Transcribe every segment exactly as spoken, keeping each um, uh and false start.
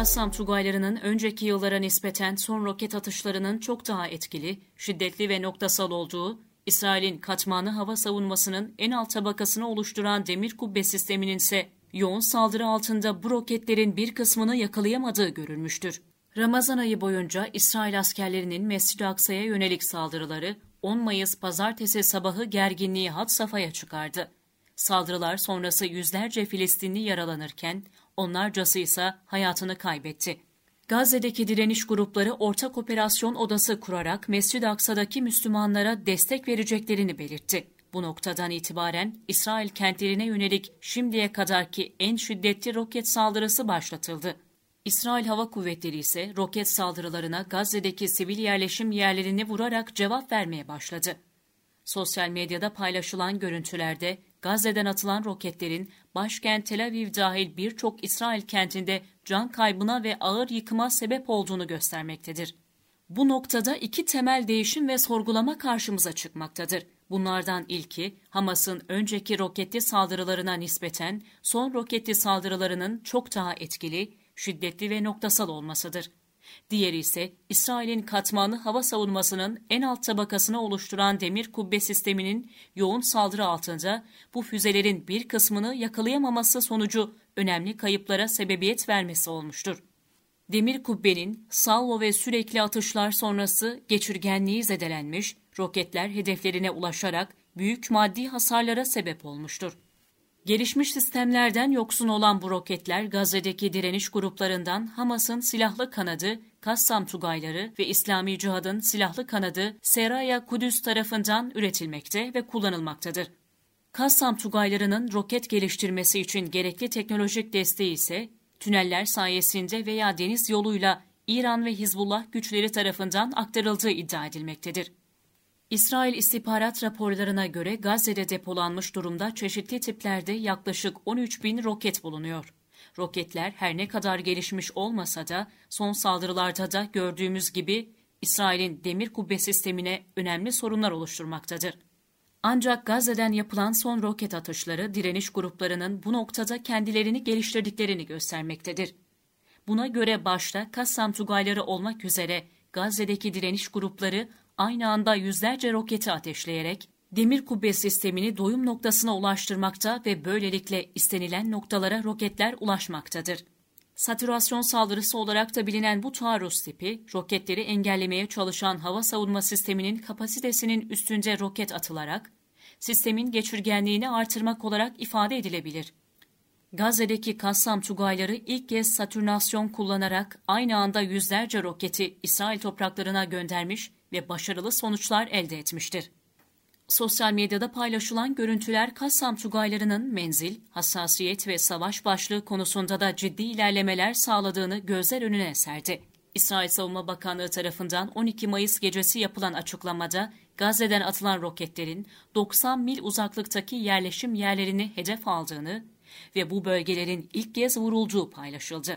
Kassam Tugaylarının önceki yıllara nispeten son roket atışlarının çok daha etkili, şiddetli ve noktasal olduğu, İsrail'in katmanlı hava savunmasının en alt tabakasını oluşturan demir kubbe sisteminin ise yoğun saldırı altında bu roketlerin bir kısmını yakalayamadığı görülmüştür. Ramazan ayı boyunca İsrail askerlerinin Mescid-i Aksa'ya yönelik saldırıları on Mayıs pazartesi sabahı gerginliği had safhaya çıkardı. Saldırılar sonrası yüzlerce Filistinli yaralanırken onlarcası ise hayatını kaybetti. Gazze'deki direniş grupları ortak operasyon odası kurarak Mescid-i Aksa'daki Müslümanlara destek vereceklerini belirtti. Bu noktadan itibaren İsrail kentlerine yönelik şimdiye kadarki en şiddetli roket saldırısı başlatıldı. İsrail Hava Kuvvetleri ise roket saldırılarına Gazze'deki sivil yerleşim yerlerini vurarak cevap vermeye başladı. Sosyal medyada paylaşılan görüntülerde Gazze'den atılan roketlerin başkent Tel Aviv dahil birçok İsrail kentinde can kaybına ve ağır yıkıma sebep olduğunu göstermektedir. Bu noktada iki temel değişim ve sorgulama karşımıza çıkmaktadır. Bunlardan ilki, Hamas'ın önceki roketli saldırılarına nispeten son roketli saldırılarının çok daha etkili, şiddetli ve noktasal olmasıdır. Diğeri ise İsrail'in katmanlı hava savunmasının en alt tabakasını oluşturan demir kubbe sisteminin yoğun saldırı altında bu füzelerin bir kısmını yakalayamaması sonucu önemli kayıplara sebebiyet vermesi olmuştur. Demir kubbenin salvo ve sürekli atışlar sonrası geçirgenliği zedelenmiş, roketler hedeflerine ulaşarak büyük maddi hasarlara sebep olmuştur. Gelişmiş sistemlerden yoksun olan bu roketler Gazze'deki direniş gruplarından Hamas'ın silahlı kanadı Kassam Tugayları ve İslami Cihad'ın silahlı kanadı Seraya Kudüs tarafından üretilmekte ve kullanılmaktadır. Kassam Tugaylarının roket geliştirmesi için gerekli teknolojik desteği ise tüneller sayesinde veya deniz yoluyla İran ve Hizbullah güçleri tarafından aktarıldığı iddia edilmektedir. İsrail istihbarat raporlarına göre Gazze'de depolanmış durumda çeşitli tiplerde yaklaşık on üç bin roket bulunuyor. Roketler her ne kadar gelişmiş olmasa da son saldırılarda da gördüğümüz gibi İsrail'in demir kubbe sistemine önemli sorunlar oluşturmaktadır. Ancak Gazze'den yapılan son roket atışları direniş gruplarının bu noktada kendilerini geliştirdiklerini göstermektedir. Buna göre başta Kassam Tugayları olmak üzere Gazze'deki direniş grupları aynı anda yüzlerce roketi ateşleyerek demir kubbe sistemini doyum noktasına ulaştırmakta ve böylelikle istenilen noktalara roketler ulaşmaktadır. Satürasyon saldırısı olarak da bilinen bu taarruz tipi, roketleri engellemeye çalışan hava savunma sisteminin kapasitesinin üstünde roket atılarak, sistemin geçirgenliğini artırmak olarak ifade edilebilir. Gazze'deki Kassam Tugayları ilk kez satürnasyon kullanarak aynı anda yüzlerce roketi İsrail topraklarına göndermiş ve başarılı sonuçlar elde etmiştir. Sosyal medyada paylaşılan görüntüler Kassam Tugaylarının menzil, hassasiyet ve savaş başlığı konusunda da ciddi ilerlemeler sağladığını gözler önüne serdi. İsrail Savunma Bakanlığı tarafından on iki Mayıs gecesi yapılan açıklamada Gazze'den atılan roketlerin doksan mil uzaklıktaki yerleşim yerlerini hedef aldığını ve bu bölgelerin ilk kez vurulduğu paylaşıldı.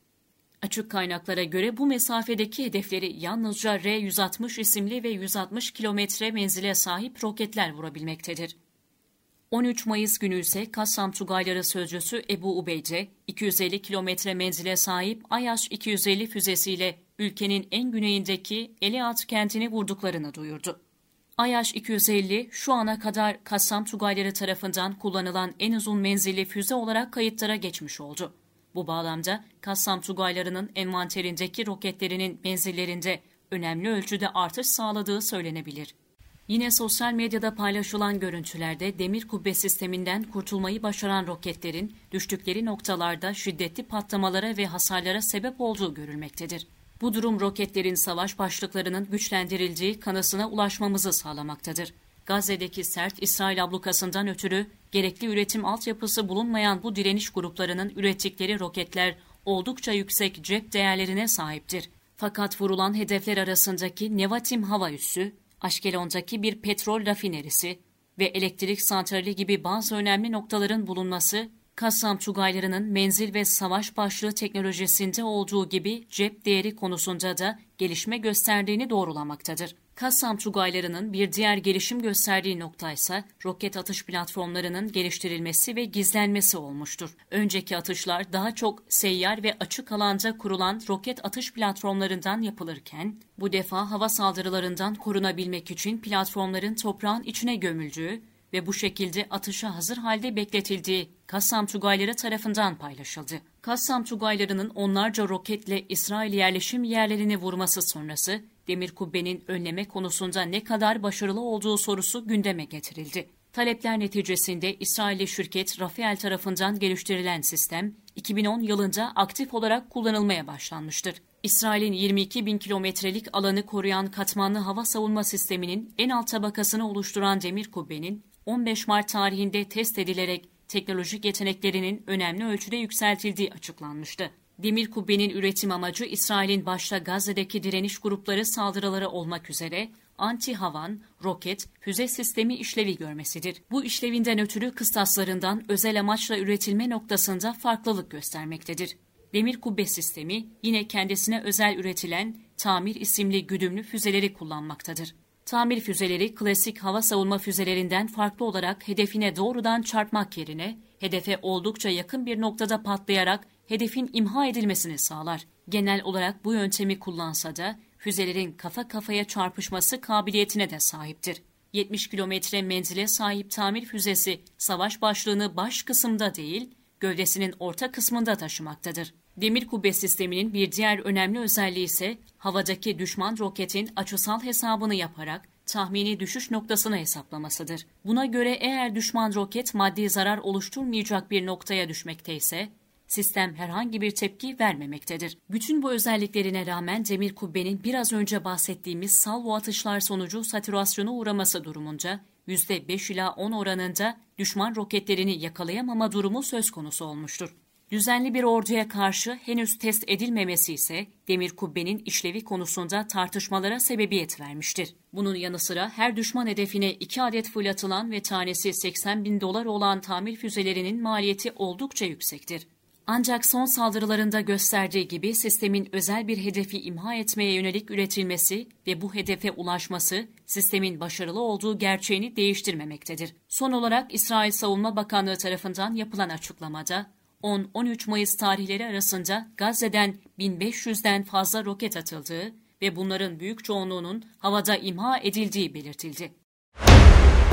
Açık kaynaklara göre bu mesafedeki hedefleri yalnızca R yüz altmış isimli ve yüz altmış kilometre menzile sahip roketler vurabilmektedir. on üç Mayıs günü ise Kassam Tugayları sözcüsü Ebu Ubeyde, iki yüz elli kilometre menzile sahip Ayaş iki yüz elli füzesiyle ülkenin en güneyindeki Eliat kentini vurduklarını duyurdu. Ayaş iki yüz elli şu ana kadar Kassam Tugayları tarafından kullanılan en uzun menzilli füze olarak kayıtlara geçmiş oldu. Bu bağlamda Kassam Tugaylarının envanterindeki roketlerinin menzillerinde önemli ölçüde artış sağladığı söylenebilir. Yine sosyal medyada paylaşılan görüntülerde demir kubbe sisteminden kurtulmayı başaran roketlerin düştükleri noktalarda şiddetli patlamalara ve hasarlara sebep olduğu görülmektedir. Bu durum roketlerin savaş başlıklarının güçlendirildiği kanısına ulaşmamızı sağlamaktadır. Gazze'deki sert İsrail ablukasından ötürü gerekli üretim altyapısı bulunmayan bu direniş gruplarının ürettikleri roketler oldukça yüksek cep değerlerine sahiptir. Fakat vurulan hedefler arasındaki Nevatim hava üssü, Aşkelon'daki bir petrol rafinerisi ve elektrik santrali gibi bazı önemli noktaların bulunması, Kassam Tugaylarının menzil ve savaş başlığı teknolojisinde olduğu gibi cep değeri konusunda da gelişme gösterdiğini doğrulamaktadır. Kassam Tugayları'nın bir diğer gelişim gösterdiği nokta ise roket atış platformlarının geliştirilmesi ve gizlenmesi olmuştur. Önceki atışlar daha çok seyyar ve açık alanda kurulan roket atış platformlarından yapılırken, bu defa hava saldırılarından korunabilmek için platformların toprağın içine gömüldüğü ve bu şekilde atışa hazır halde bekletildiği Kassam Tugayları tarafından paylaşıldı. Kassam Tugayları'nın onlarca roketle İsrail yerleşim yerlerini vurması sonrası, Demir Kubbe'nin önleme konusunda ne kadar başarılı olduğu sorusu gündeme getirildi. Talepler neticesinde İsrailli şirket Rafael tarafından geliştirilen sistem, iki bin on yılında aktif olarak kullanılmaya başlanmıştır. İsrail'in yirmi iki bin kilometrelik alanı koruyan katmanlı hava savunma sisteminin en alt tabakasını oluşturan Demir Kubbe'nin, on beş Mart tarihinde test edilerek teknolojik yeteneklerinin önemli ölçüde yükseltildiği açıklanmıştı. Demir Kubbe'nin üretim amacı İsrail'in başta Gazze'deki direniş grupları saldırıları olmak üzere anti-havan, roket, füze sistemi işlevi görmesidir. Bu işlevinden ötürü kıstaslarından özel amaçla üretilme noktasında farklılık göstermektedir. Demir Kubbe sistemi yine kendisine özel üretilen Tamir isimli güdümlü füzeleri kullanmaktadır. Tamir füzeleri klasik hava savunma füzelerinden farklı olarak hedefine doğrudan çarpmak yerine hedefe oldukça yakın bir noktada patlayarak hedefin imha edilmesini sağlar. Genel olarak bu yöntemi kullansa da füzelerin kafa kafaya çarpışması kabiliyetine de sahiptir. yetmiş kilometre menzile sahip tamir füzesi savaş başlığını baş kısımda değil, gövdesinin orta kısmında taşımaktadır. Demir Kubbe sisteminin bir diğer önemli özelliği ise havadaki düşman roketin açısal hesabını yaparak tahmini düşüş noktasını hesaplamasıdır. Buna göre eğer düşman roket maddi zarar oluşturmayacak bir noktaya düşmekteyse, sistem herhangi bir tepki vermemektedir. Bütün bu özelliklerine rağmen Demir Kubbe'nin biraz önce bahsettiğimiz salvo atışlar sonucu satürasyona uğraması durumunda yüzde beş ila on oranında düşman roketlerini yakalayamama durumu söz konusu olmuştur. Düzenli bir orduya karşı henüz test edilmemesi ise Demir Kubbe'nin işlevi konusunda tartışmalara sebebiyet vermiştir. Bunun yanı sıra her düşman hedefine iki adet fırlatılan ve tanesi seksen bin dolar olan tamir füzelerinin maliyeti oldukça yüksektir. Ancak son saldırılarında gösterdiği gibi sistemin özel bir hedefi imha etmeye yönelik üretilmesi ve bu hedefe ulaşması sistemin başarılı olduğu gerçeğini değiştirmemektedir. Son olarak İsrail Savunma Bakanlığı tarafından yapılan açıklamada on on üç Mayıs tarihleri arasında Gazze'den bin beş yüzden fazla roket atıldığı ve bunların büyük çoğunluğunun havada imha edildiği belirtildi.